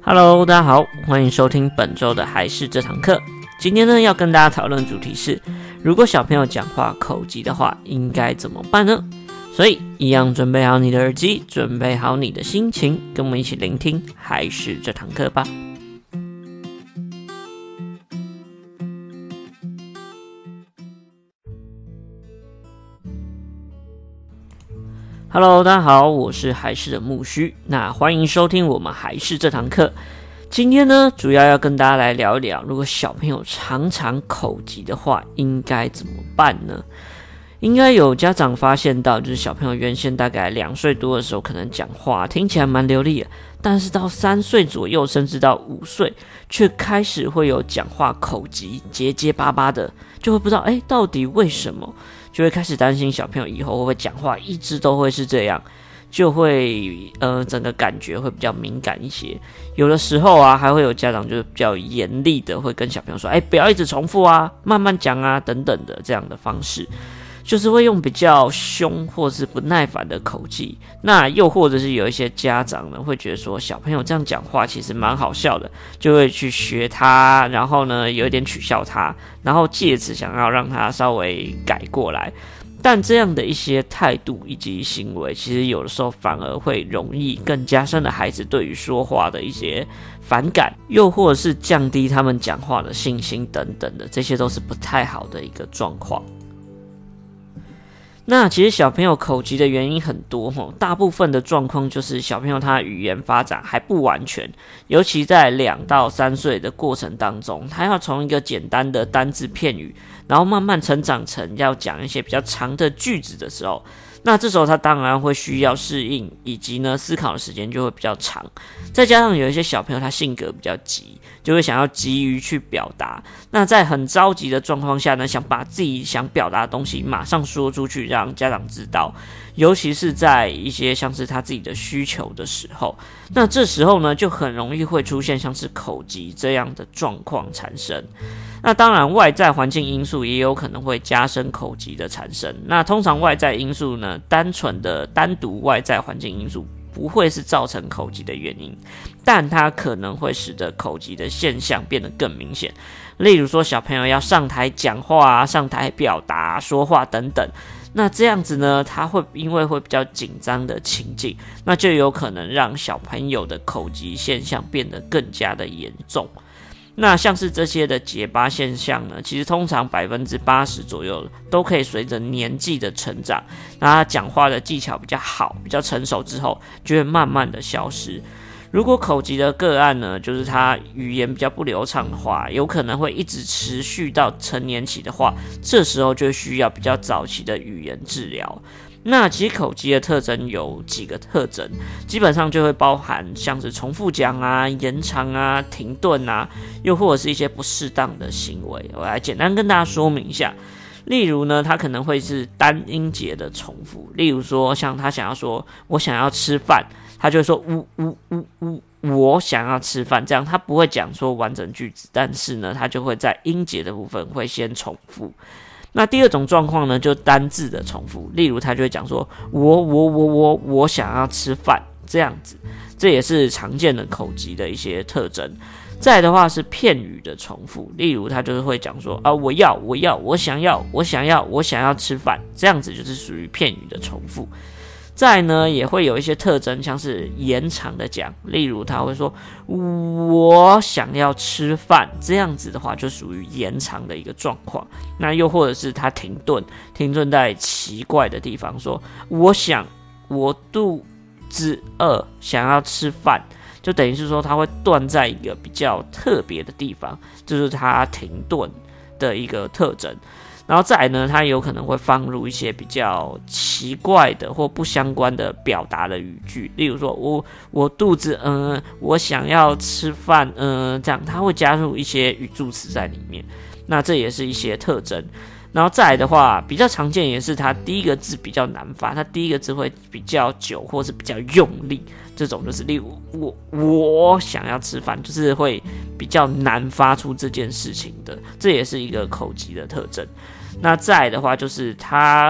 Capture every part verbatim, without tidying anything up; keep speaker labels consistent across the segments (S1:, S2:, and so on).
S1: Hello， 大家好，欢迎收听本周的还是这堂课。今天呢，要跟大家讨论的主题是，如果小朋友讲话口急的话，应该怎么办呢？所以，一样准备好你的耳机，准备好你的心情，跟我们一起聆听还是这堂课吧。Hello， 大家好，我是还是的木须，那欢迎收听我们还是这堂课。今天呢，主要要跟大家来聊一聊，如果小朋友常常口急的话，应该怎么办呢？应该有家长发现到，就是小朋友原先大概两岁多的时候，可能讲话听起来蛮流利的，但是到三岁左右，甚至到五岁，却开始会有讲话口急、结结巴巴的，就会不知道哎，到底为什么？就会开始担心小朋友以后会不会讲话一直都会是这样，就会呃整个感觉会比较敏感一些。有的时候啊，还会有家长就是比较严厉的会跟小朋友说，哎，不要一直重复啊，慢慢讲啊，等等的这样的方式。就是会用比较凶或是不耐烦的口气，那又或者是有一些家长呢会觉得说小朋友这样讲话其实蛮好笑的，就会去学他，然后呢有一点取笑他，然后借此想要让他稍微改过来。但这样的一些态度以及行为，其实有的时候反而会容易更加深了孩子对于说话的一些反感，又或者是降低他们讲话的信心等等的，这些都是不太好的一个状况。那其实小朋友口急的原因很多，大部分的状况就是小朋友他语言发展还不完全，尤其在两到三岁的过程当中，他要从一个简单的单字片语，然后慢慢成长成要讲一些比较长的句子的时候，那这时候他当然会需要适应，以及呢思考的时间就会比较长。再加上有一些小朋友他性格比较急，就会想要急于去表达，那在很着急的状况下呢，想把自己想表达的东西马上说出去，让家长知道，尤其是在一些像是他自己的需求的时候，那这时候呢就很容易会出现像是口急这样的状况产生。那当然外在环境因素也有可能会加深口急的产生，那通常外在因素呢，单纯的单独外在环境因素不会是造成口急的原因，但它可能会使得口急的现象变得更明显。例如说小朋友要上台讲话啊，上台表达、说话等等，那这样子呢，他会因为会比较紧张的情境，那就有可能让小朋友的口急现象变得更加的严重。那像是这些的结巴现象呢，其实通常 百分之八十 左右都可以随着年纪的成长，那他讲话的技巧比较好，比较成熟之后，就会慢慢的消失。如果口急的个案呢，就是他语言比较不流畅的话，有可能会一直持续到成年期的话，这时候就需要比较早期的语言治疗。那其实口急的特征有几个特征，基本上就会包含像是重复讲啊、延长啊、停顿啊，又或者是一些不适当的行为。我来简单跟大家说明一下。例如呢，他可能会是单音节的重复，例如说像他想要说我想要吃饭，他就会说呜呜呜呜，我想要吃饭，这样他不会讲说完整句子，但是呢，他就会在音节的部分会先重复。那第二种状况呢，就单字的重复，例如他就会讲说我我我我我想要吃饭，这样子，这也是常见的口急的一些特征。再来的话是片语的重复，例如他就是会讲说啊我要我要我想要我想要我想要吃饭，这样子就是属于片语的重复。再来呢也会有一些特征，像是延长的讲，例如他会说我想要吃饭，这样子的话就属于延长的一个状况。那又或者是他停顿，停顿在奇怪的地方，说我想我肚子饿想要吃饭，就等于是说他会断在一个比较特别的地方，就是他停顿的一个特征。然后再来呢，他有可能会放入一些比较奇怪的或不相关的表达的语句，例如说我我肚子嗯、呃，我想要吃饭嗯、呃，这样他会加入一些语助词在里面，那这也是一些特征。然后再来的话，比较常见也是他第一个字比较难发，他第一个字会比较久或是比较用力，这种就是例如我我想要吃饭，就是会比较难发出这件事情的，这也是一个口急的特征。那再来的话就是他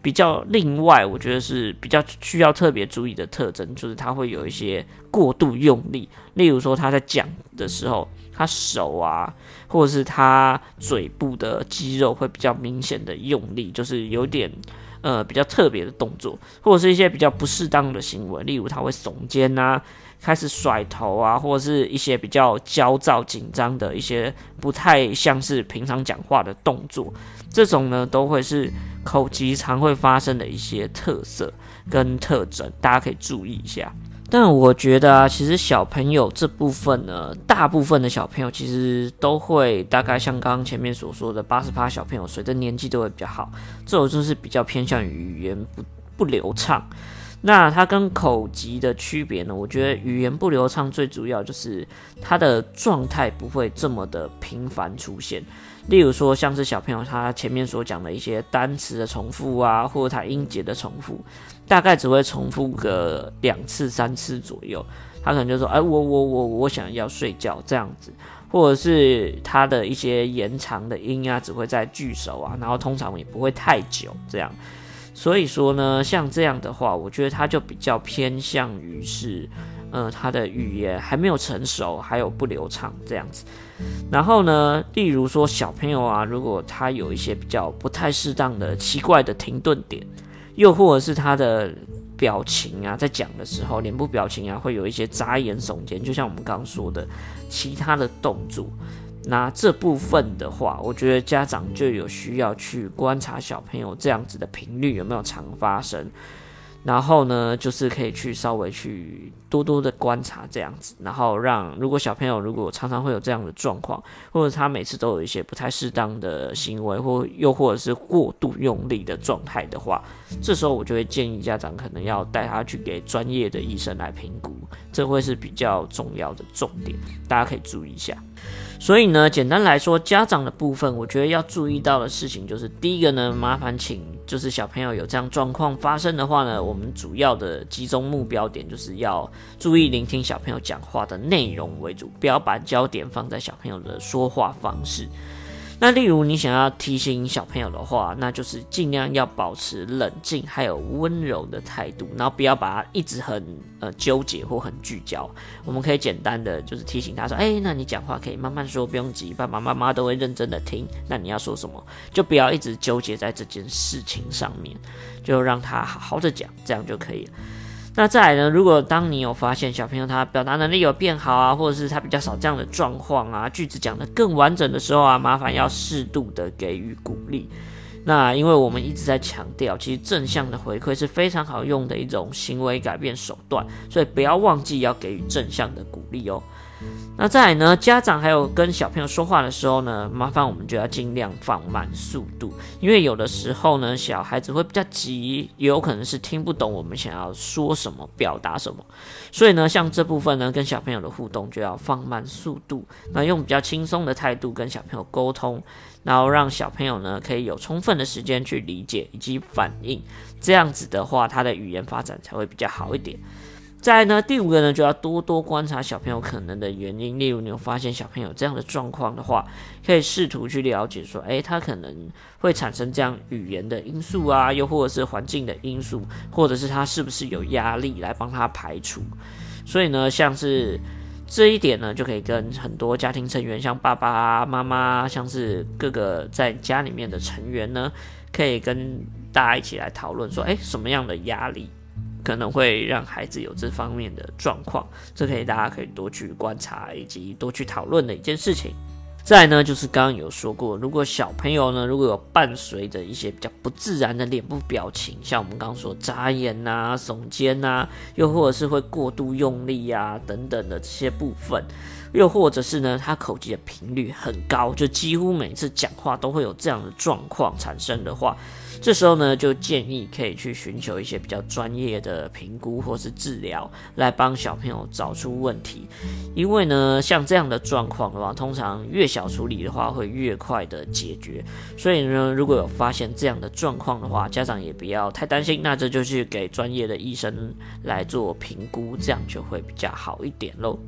S1: 比较另外，我觉得是比较需要特别注意的特征，就是他会有一些过度用力，例如说他在讲的时候，他手啊，或者是他嘴部的肌肉会比较明显的用力，就是有点呃比较特别的动作，或者是一些比较不适当的行为，例如他会耸肩啊，开始甩头啊，或者是一些比较焦躁紧张的一些不太像是平常讲话的动作，这种呢都会是口疾常会发生的一些特色跟特征，大家可以注意一下。但我觉得啊，其实小朋友这部分呢，大部分的小朋友其实都会大概像刚刚前面所说的 百分之八十 小朋友随着年纪都会比较好，这种就是比较偏向于语言不不流畅。那它跟口疾的区别呢，我觉得语言不流畅最主要就是它的状态不会这么的频繁出现，例如说像是小朋友他前面所讲的一些单词的重复啊，或者他音节的重复，大概只会重复个两次三次左右，他可能就说哎我我我我想要睡觉这样子，或者是他的一些延长的音啊只会在句首啊，然后通常也不会太久这样。所以说呢，像这样的话，我觉得他就比较偏向于是，呃，他的语言还没有成熟，还有不流畅这样子。然后呢，例如说小朋友啊，如果他有一些比较不太适当的奇怪的停顿点，又或者是他的表情啊，在讲的时候，脸部表情啊，会有一些眨眼耸肩，就像我们刚刚说的，其他的动作。那这部分的话，我觉得家长就有需要去观察小朋友这样子的频率有没有常发生，然后呢，就是可以去稍微去多多的观察这样子，然后让如果小朋友如果常常会有这样的状况，或者他每次都有一些不太适当的行为，或又或者是过度用力的状态的话，这时候我就会建议家长可能要带他去给专业的医生来评估，这会是比较重要的重点，大家可以注意一下。所以呢，简单来说，家长的部分，我觉得要注意到的事情就是，第一个呢，麻烦请就是小朋友有这样状况发生的话呢，我们主要的集中目标点就是要注意聆听小朋友讲话的内容为主，不要把焦点放在小朋友的说话方式。那例如你想要提醒小朋友的话，那就是尽量要保持冷静还有温柔的态度，然后不要把它一直很呃纠结或很聚焦。我们可以简单的就是提醒他说，哎、欸，那你讲话可以慢慢说，不用急，爸爸妈妈都会认真的听。那你要说什么，就不要一直纠结在这件事情上面，就让他好好的讲，这样就可以了。那再来呢，如果当你有发现小朋友他表达能力有变好啊，或者是他比较少这样的状况啊，句子讲得更完整的时候啊，麻烦要适度的给予鼓励。那因为我们一直在强调，其实正向的回馈是非常好用的一种行为改变手段，所以不要忘记要给予正向的鼓励哦。那再来呢，家长还有跟小朋友说话的时候呢，麻烦我们就要尽量放慢速度，因为有的时候呢，小孩子会比较急，也有可能是听不懂我们想要说什么，表达什么。所以呢，像这部分呢，跟小朋友的互动就要放慢速度，那用比较轻松的态度跟小朋友沟通，然后让小朋友呢可以有充分的时间去理解以及反应，这样子的话，他的语言发展才会比较好一点。再来呢，第五个呢，就要多多观察小朋友可能的原因。例如，你有发现小朋友这样的状况的话，可以试图去了解说，诶，他可能会产生这样语言的因素啊，又或者是环境的因素，或者是他是不是有压力来帮他排除。所以呢，像是这一点呢，就可以跟很多家庭成员，像爸爸啊、妈妈，像是各个在家里面的成员呢，可以跟大家一起来讨论说，诶，什么样的压力可能会让孩子有这方面的状况，这可以大家可以多去观察以及多去讨论的一件事情。再来呢，就是刚刚有说过，如果小朋友呢，如果有伴随着一些比较不自然的脸部表情，像我们刚刚说眨眼啊、耸肩啊，又或者是会过度用力啊等等的这些部分，又或者是呢，他口疾的频率很高，就几乎每次讲话都会有这样的状况产生的话，这时候呢，就建议可以去寻求一些比较专业的评估或是治疗，来帮小朋友找出问题。因为呢，像这样的状况的话，通常越小处理的话，会越快的解决。所以呢，如果有发现这样的状况的话，家长也不要太担心，那这就去给专业的医生来做评估，这样就会比较好一点咯。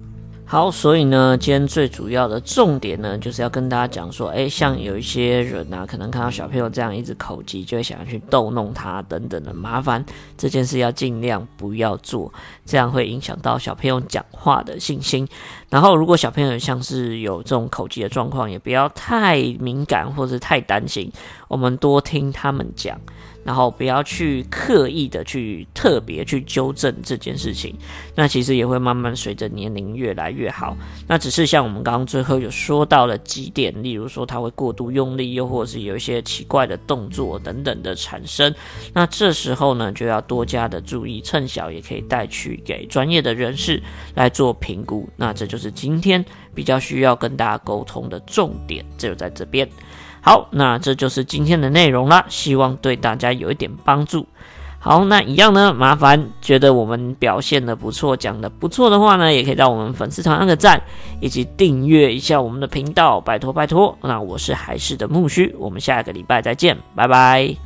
S1: 好，所以呢，今天最主要的重点呢，就是要跟大家讲说，诶，像有一些人啊，可能看到小朋友这样一直口急，就会想要去逗弄他等等的麻烦，这件事要尽量不要做，这样会影响到小朋友讲话的信心。然后，如果小朋友像是有这种口急的状况，也不要太敏感或是太担心，我们多听他们讲。然后不要去刻意的去特别去纠正这件事情，那其实也会慢慢随着年龄越来越好。那只是像我们刚刚最后有说到了几点，例如说他会过度用力，又或者是有一些奇怪的动作等等的产生，那这时候呢就要多加的注意，趁小也可以带去给专业的人士来做评估。那这就是今天比较需要跟大家沟通的重点，就在这边。好，那这就是今天的内容啦，希望对大家有一点帮助。好，那一样呢，麻烦觉得我们表现的不错，讲的不错的话呢，也可以到我们粉丝团按个赞，以及订阅一下我们的频道，拜托拜托。那我是海事的木须，我们下个礼拜再见，拜拜。